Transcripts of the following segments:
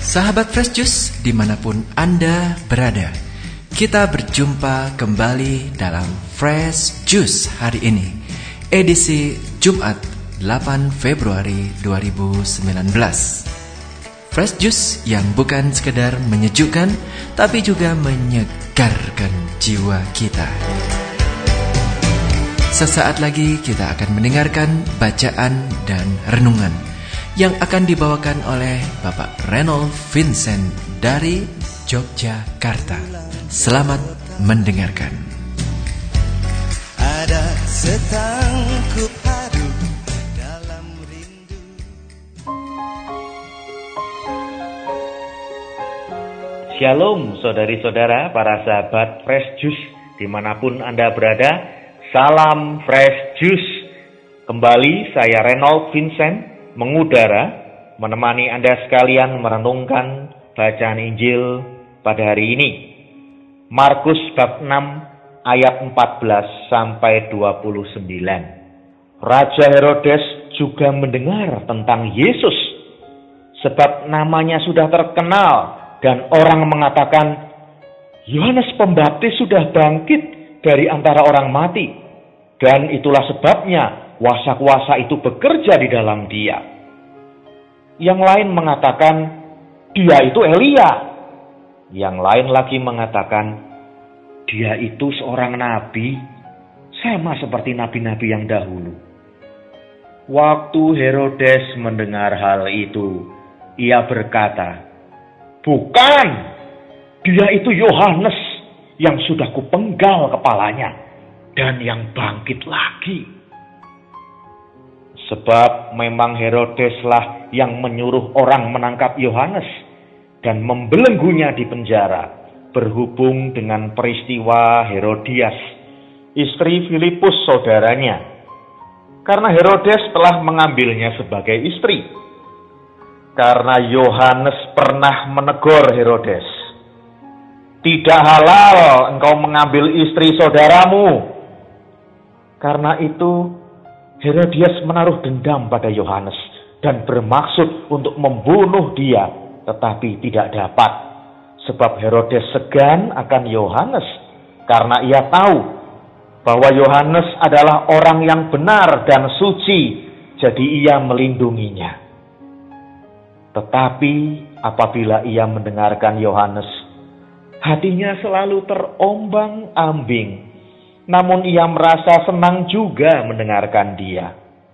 Sahabat Fresh Juice dimanapun Anda berada, kita berjumpa kembali dalam Fresh Juice hari ini, edisi Jumat 8 Februari 2019. Fresh Juice yang bukan sekedar menyejukkan, tapi juga menyegarkan jiwa kita. Sesaat lagi kita akan mendengarkan bacaan dan renungan yang akan dibawakan oleh Bapak Reynold Vincent dari Yogyakarta. Selamat mendengarkan. Ada setangkup haru dalam rindu. Shalom saudari-saudara, para sahabat Fresh Juice dimanapun Anda berada. Salam Fresh Juice. Kembali saya Reynold Vincent mengudara, menemani Anda sekalian merenungkan bacaan Injil pada hari ini. Markus bab 6 ayat 14 sampai 29. Raja Herodes juga mendengar tentang Yesus, sebab namanya sudah terkenal dan orang mengatakan, Yohanes Pembaptis sudah bangkit dari antara orang mati, dan itulah sebabnya kuasa-kuasa itu bekerja di dalam dia. Yang lain mengatakan, dia itu Elia. Yang lain lagi mengatakan, dia itu seorang nabi, sama seperti nabi-nabi yang dahulu. Waktu Herodes mendengar hal itu, ia berkata, bukan, dia itu Yohanes yang sudah kupenggal kepalanya dan yang bangkit lagi. Sebab memang Herodeslah yang menyuruh orang menangkap Yohanes dan membelenggunya di penjara, berhubung dengan peristiwa Herodias, istri Filipus saudaranya, karena Herodes telah mengambilnya sebagai istri. Karena Yohanes pernah menegur Herodes, tidak halal engkau mengambil istri saudaramu. Karena itu Herodias menaruh dendam pada Yohanes dan bermaksud untuk membunuh dia, tetapi tidak dapat. Sebab Herodes segan akan Yohanes karena ia tahu bahwa Yohanes adalah orang yang benar dan suci, jadi ia melindunginya. Tetapi apabila ia mendengarkan Yohanes, hatinya selalu terombang-ambing. Namun ia merasa senang juga mendengarkan dia.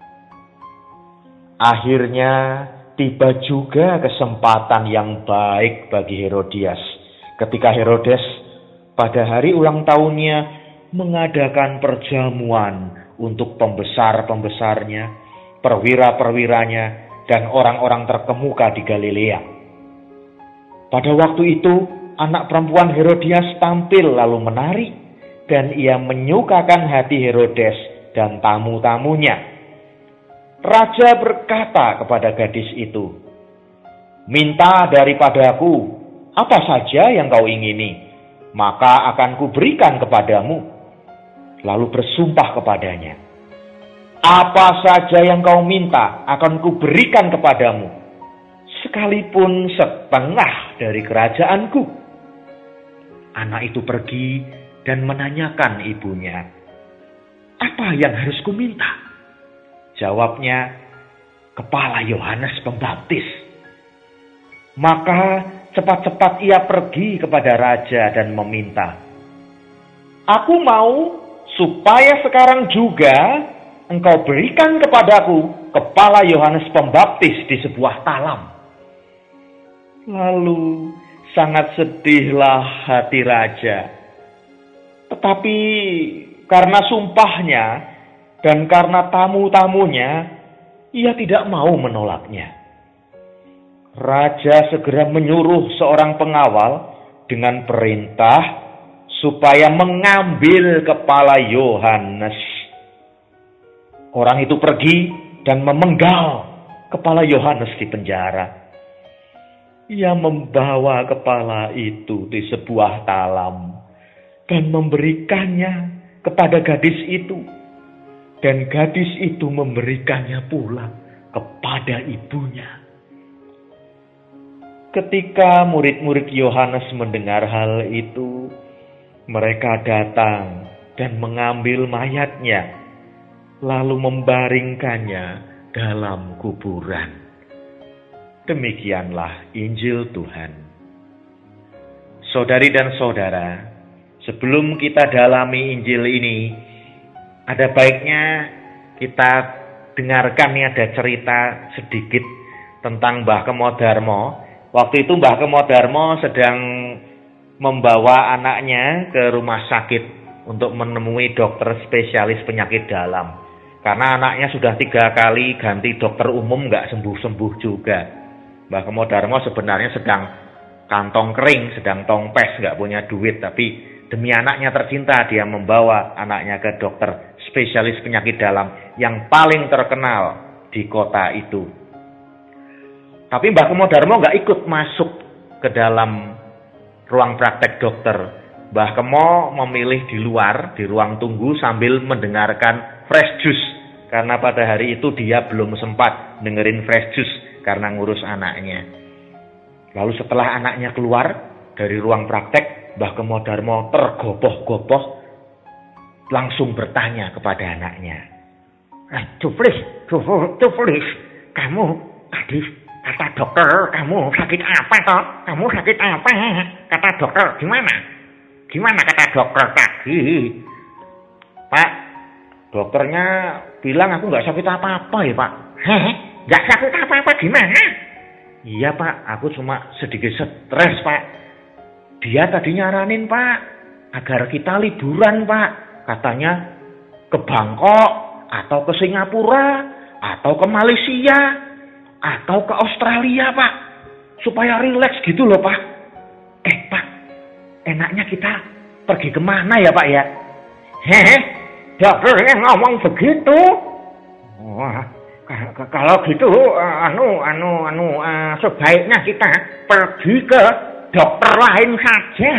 Akhirnya tiba juga kesempatan yang baik bagi Herodias, ketika Herodes pada hari ulang tahunnya mengadakan perjamuan untuk pembesar-pembesarnya, perwira-perwiranya, dan orang-orang terkemuka di Galilea. Pada waktu itu, anak perempuan Herodias tampil lalu menari, dan ia menyukakan hati Herodes dan tamu-tamunya. Raja berkata kepada gadis itu, minta daripadaku apa saja yang kau ingini, maka akan kuberikan kepadamu. Lalu bersumpah kepadanya, apa saja yang kau minta akan kuberikan kepadamu, sekalipun setengah dari kerajaanku. Anak itu pergi dan menanyakan ibunya, apa yang harus kuminta? Jawabnya, kepala Yohanes Pembaptis. Maka cepat-cepat ia pergi kepada raja dan meminta, aku mau supaya sekarang juga engkau berikan kepadaku kepala Yohanes Pembaptis di sebuah talam. Lalu sangat sedihlah hati raja. Tetapi karena sumpahnya dan karena tamu-tamunya, ia tidak mau menolaknya. Raja segera menyuruh seorang pengawal dengan perintah supaya mengambil kepala Yohanes. Orang itu pergi dan memenggal kepala Yohanes di penjara. Ia membawa kepala itu di sebuah talam dan memberikannya kepada gadis itu. Dan gadis itu memberikannya pula kepada ibunya. Ketika murid-murid Yohanes mendengar hal itu, mereka datang dan mengambil mayatnya, lalu membaringkannya dalam kuburan. Demikianlah Injil Tuhan. Saudari dan saudara, sebelum kita dalami Injil ini, ada baiknya kita dengarkan nih, ada cerita sedikit tentang Mbah Kemodarmo. Waktu itu Mbah Kemodarmo sedang membawa anaknya ke rumah sakit untuk menemui dokter spesialis penyakit dalam. Karena anaknya sudah 3 kali ganti dokter umum, nggak sembuh-sembuh juga. Mbah Kemodarmo sebenarnya sedang kantong kering, sedang tongpes, nggak punya duit. Tapi demi anaknya tercinta, dia membawa anaknya ke dokter spesialis penyakit dalam yang paling terkenal di kota itu. Tapi Mbah Kemodarmo nggak ikut masuk ke dalam ruang praktek dokter. Mbah Kemo memilih di luar, di ruang tunggu sambil mendengarkan fresh juice. Karena pada hari itu dia belum sempat dengerin fresh juice karena ngurus anaknya. Lalu setelah anaknya keluar dari ruang praktek, Mbah Kemodarmo tergopoh-gopoh langsung bertanya kepada anaknya. Cuplis, kamu tadi kata dokter kamu sakit apa toh? Kamu sakit apa? Kata dokter gimana? Gimana kata dokter tadi? Pak, dokternya bilang aku nggak sakit apa-apa ya Pak. Nggak sakit apa-apa gimana? Iya Pak, aku cuma sedikit stres Pak. Dia tadi nyaranin Pak, agar kita liburan Pak. Katanya ke Bangkok, atau ke Singapura, atau ke Malaysia, atau ke Australia Pak. Supaya rileks gitu loh Pak. Pak, enaknya kita pergi kemana ya Pak ya? Dokternya ngomong begitu. Wah, kalau gitu sebaiknya kita pergi ke dokter lain saja.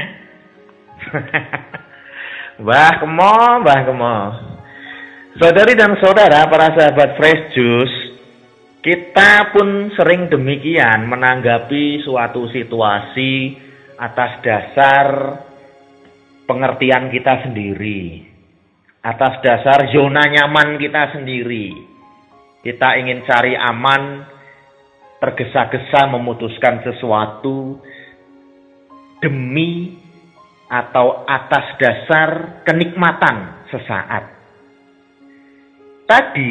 Mbah Kemo. Saudari dan saudara, para sahabat Fresh Juice, kita pun sering demikian menanggapi suatu situasi atas dasar pengertian kita sendiri, atas dasar zona nyaman kita sendiri. Kita ingin cari aman, tergesa-gesa memutuskan sesuatu demi atau atas dasar kenikmatan sesaat. Tadi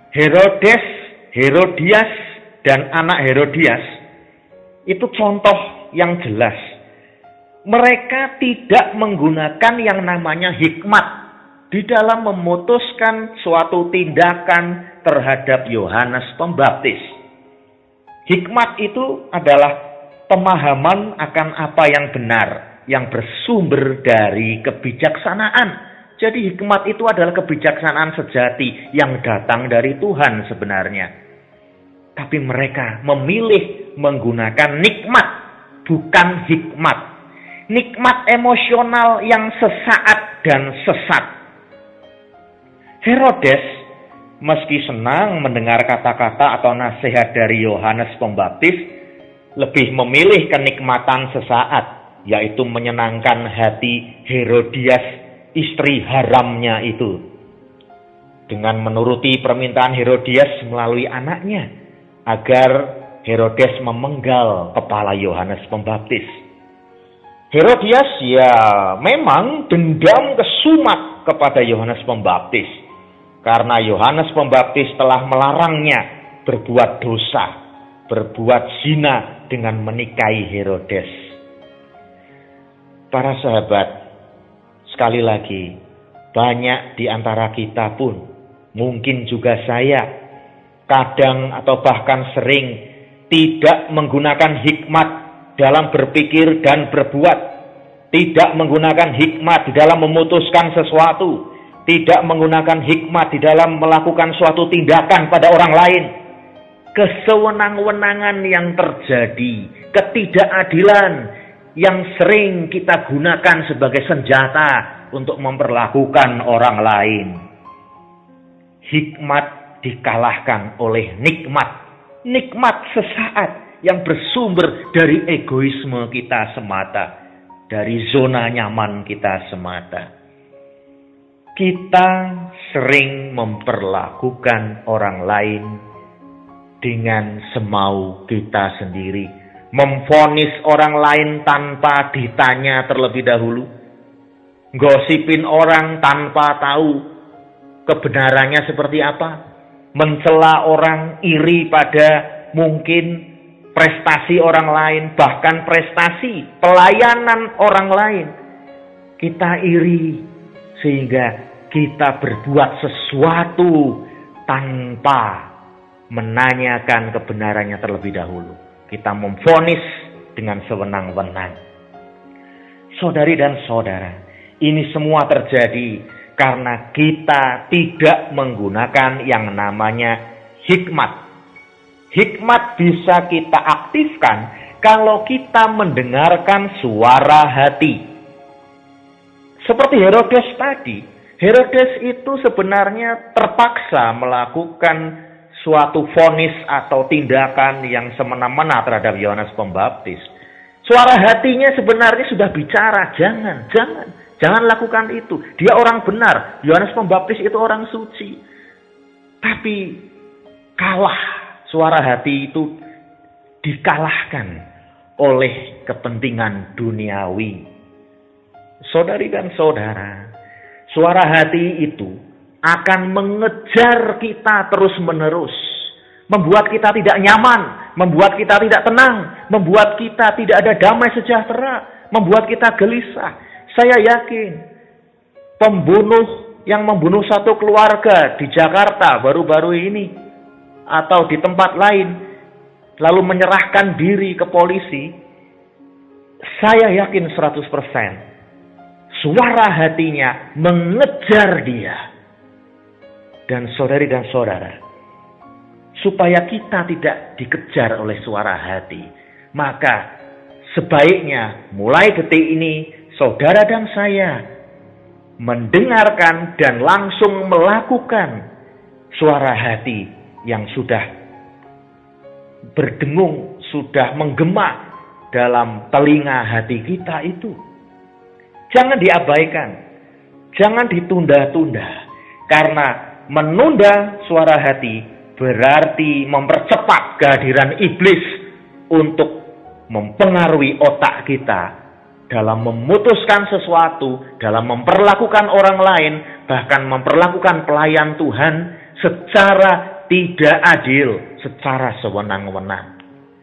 Herodias dan anak Herodias itu contoh yang jelas. Mereka tidak menggunakan yang namanya hikmat di dalam memutuskan suatu tindakan terhadap Yohanes Pembaptis. Hikmat itu adalah pemahaman akan apa yang benar, yang bersumber dari kebijaksanaan. Jadi hikmat itu adalah kebijaksanaan sejati yang datang dari Tuhan sebenarnya. Tapi mereka memilih menggunakan nikmat, bukan hikmat. Nikmat emosional yang sesaat dan sesat. Herodes, meski senang mendengar kata-kata atau nasihat dari Yohanes Pembaptis, lebih memilih kenikmatan sesaat, yaitu menyenangkan hati Herodias, istri haramnya itu. Dengan menuruti permintaan Herodias melalui anaknya, agar Herodes memenggal kepala Yohanes Pembaptis. Herodias ya memang dendam kesumat kepada Yohanes Pembaptis, karena Yohanes Pembaptis telah melarangnya berbuat dosa, berbuat zina dengan menikahi Herodes. Para sahabat, sekali lagi, banyak di antara kita pun, mungkin juga saya, kadang atau bahkan sering tidak menggunakan hikmat dalam berpikir dan berbuat, tidak menggunakan hikmat di dalam memutuskan sesuatu, tidak menggunakan hikmat di dalam melakukan suatu tindakan pada orang lain. Kesewenang-wenangan yang terjadi, ketidakadilan yang sering kita gunakan sebagai senjata untuk memperlakukan orang lain. Hikmat dikalahkan oleh nikmat. Nikmat sesaat yang bersumber dari egoisme kita semata, dari zona nyaman kita semata. Kita sering memperlakukan orang lain dengan semau kita sendiri, memvonis orang lain tanpa ditanya terlebih dahulu, gosipin orang tanpa tahu kebenarannya seperti apa, mencela orang, iri pada mungkin prestasi orang lain, bahkan prestasi pelayanan orang lain. Kita iri sehingga kita berbuat sesuatu tanpa menanyakan kebenarannya terlebih dahulu. Kita memvonis dengan sewenang-wenang. Saudari dan saudara, ini semua terjadi karena kita tidak menggunakan yang namanya hikmat. Hikmat bisa kita aktifkan kalau kita mendengarkan suara hati. Seperti Herodes tadi, Herodes itu sebenarnya terpaksa melakukan suatu vonis atau tindakan yang semena-mena terhadap Yohanes Pembaptis. Suara hatinya sebenarnya sudah bicara, jangan lakukan itu. Dia orang benar, Yohanes Pembaptis itu orang suci. Tapi kalah. Suara hati itu dikalahkan oleh kepentingan duniawi. Saudari dan saudara, suara hati itu akan mengejar kita terus-menerus. Membuat kita tidak nyaman, membuat kita tidak tenang, membuat kita tidak ada damai sejahtera, membuat kita gelisah. Saya yakin pembunuh yang membunuh satu keluarga di Jakarta baru-baru ini, atau di tempat lain, lalu menyerahkan diri ke polisi, saya yakin 100% suara hatinya mengejar dia. Dan saudari dan saudara, supaya kita tidak dikejar oleh suara hati, maka sebaiknya mulai detik ini saudara dan saya mendengarkan dan langsung melakukan suara hati yang sudah berdengung, sudah menggema dalam telinga hati kita itu. Jangan diabaikan, jangan ditunda-tunda, karena menunda suara hati berarti mempercepat kehadiran iblis untuk mempengaruhi otak kita dalam memutuskan sesuatu, dalam memperlakukan orang lain, bahkan memperlakukan pelayan Tuhan secara tidak adil, secara sewenang-wenang.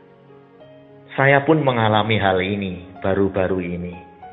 Saya pun mengalami hal ini baru-baru ini.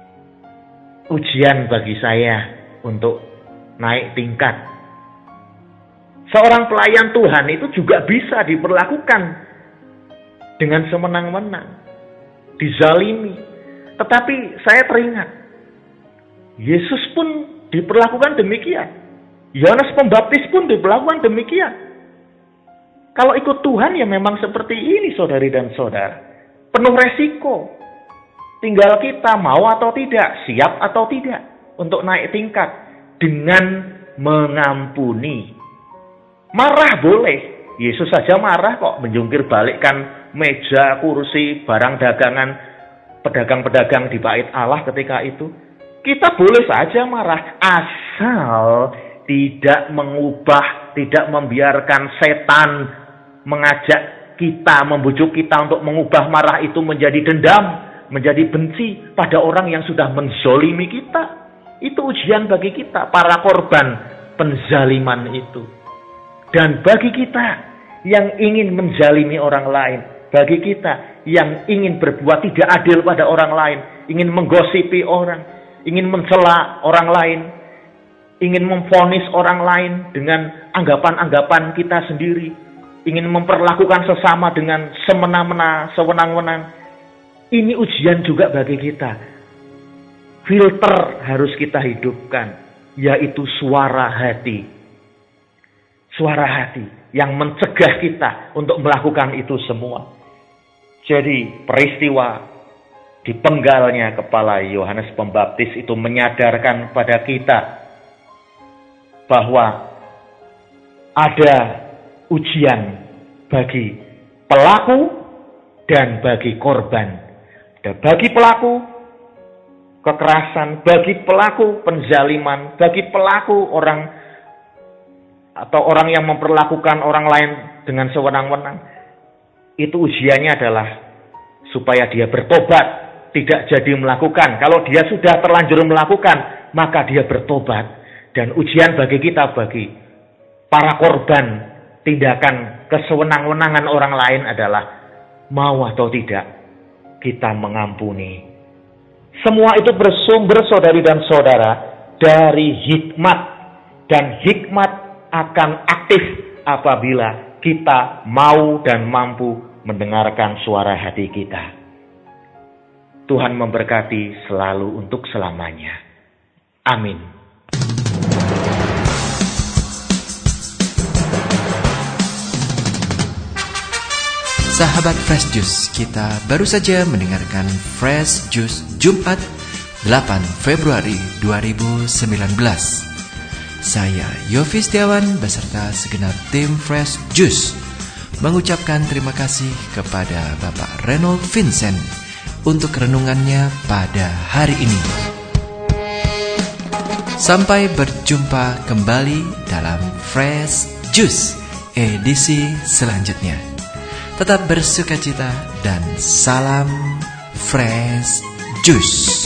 Ujian bagi saya untuk naik tingkat. Seorang pelayan Tuhan itu juga bisa diperlakukan dengan semenang-menang, dizalimi. Tetapi saya teringat, Yesus pun diperlakukan demikian. Yohanes Pembaptis pun diperlakukan demikian. Kalau ikut Tuhan ya memang seperti ini saudari dan saudara. Penuh resiko. Tinggal kita mau atau tidak, siap atau tidak untuk naik tingkat dengan mengampuni. Marah boleh. Yesus saja marah kok, menjungkir balikkan meja, kursi, barang dagangan pedagang-pedagang di bait Allah ketika itu. Kita boleh saja marah asal tidak mengubah, tidak membiarkan setan mengajak kita, membujuk kita untuk mengubah marah itu menjadi dendam, menjadi benci pada orang yang sudah menzolimi kita. Itu ujian bagi kita, para korban penzaliman itu. Dan bagi kita yang ingin menzalimi orang lain, bagi kita yang ingin berbuat tidak adil pada orang lain, ingin menggosipi orang, ingin mencela orang lain, ingin memvonis orang lain dengan anggapan-anggapan kita sendiri, ingin memperlakukan sesama dengan semena-mena, sewenang-wenang. Ini ujian juga bagi kita. Filter harus kita hidupkan, yaitu suara hati. Suara hati yang mencegah kita untuk melakukan itu semua. Jadi peristiwa dipenggalnya kepala Yohanes Pembaptis itu menyadarkan pada kita bahwa ada ujian bagi pelaku dan bagi korban. Bagi pelaku kekerasan, bagi pelaku penzaliman, bagi pelaku orang atau orang yang memperlakukan orang lain dengan sewenang-wenang, itu ujiannya adalah supaya dia bertobat, tidak jadi melakukan. Kalau dia sudah terlanjur melakukan, maka dia bertobat. Dan ujian bagi kita, bagi para korban tindakan kesewenang-wenangan orang lain adalah mau atau tidak kita mengampuni. Semua itu bersumber, saudari dan saudara, dari hikmat. Dan hikmat akan aktif apabila kita mau dan mampu mendengarkan suara hati kita. Tuhan memberkati selalu untuk selamanya. Amin. Sahabat Fresh Juice, kita baru saja mendengarkan Fresh Juice Jumat 8 Februari 2019. Saya Yofi Setiawan beserta segenap tim Fresh Juice mengucapkan terima kasih kepada Bapak Reynold Vincent untuk renungannya pada hari ini. Sampai berjumpa kembali dalam Fresh Juice edisi selanjutnya. Tetap bersukacita dan salam Fresh Juice.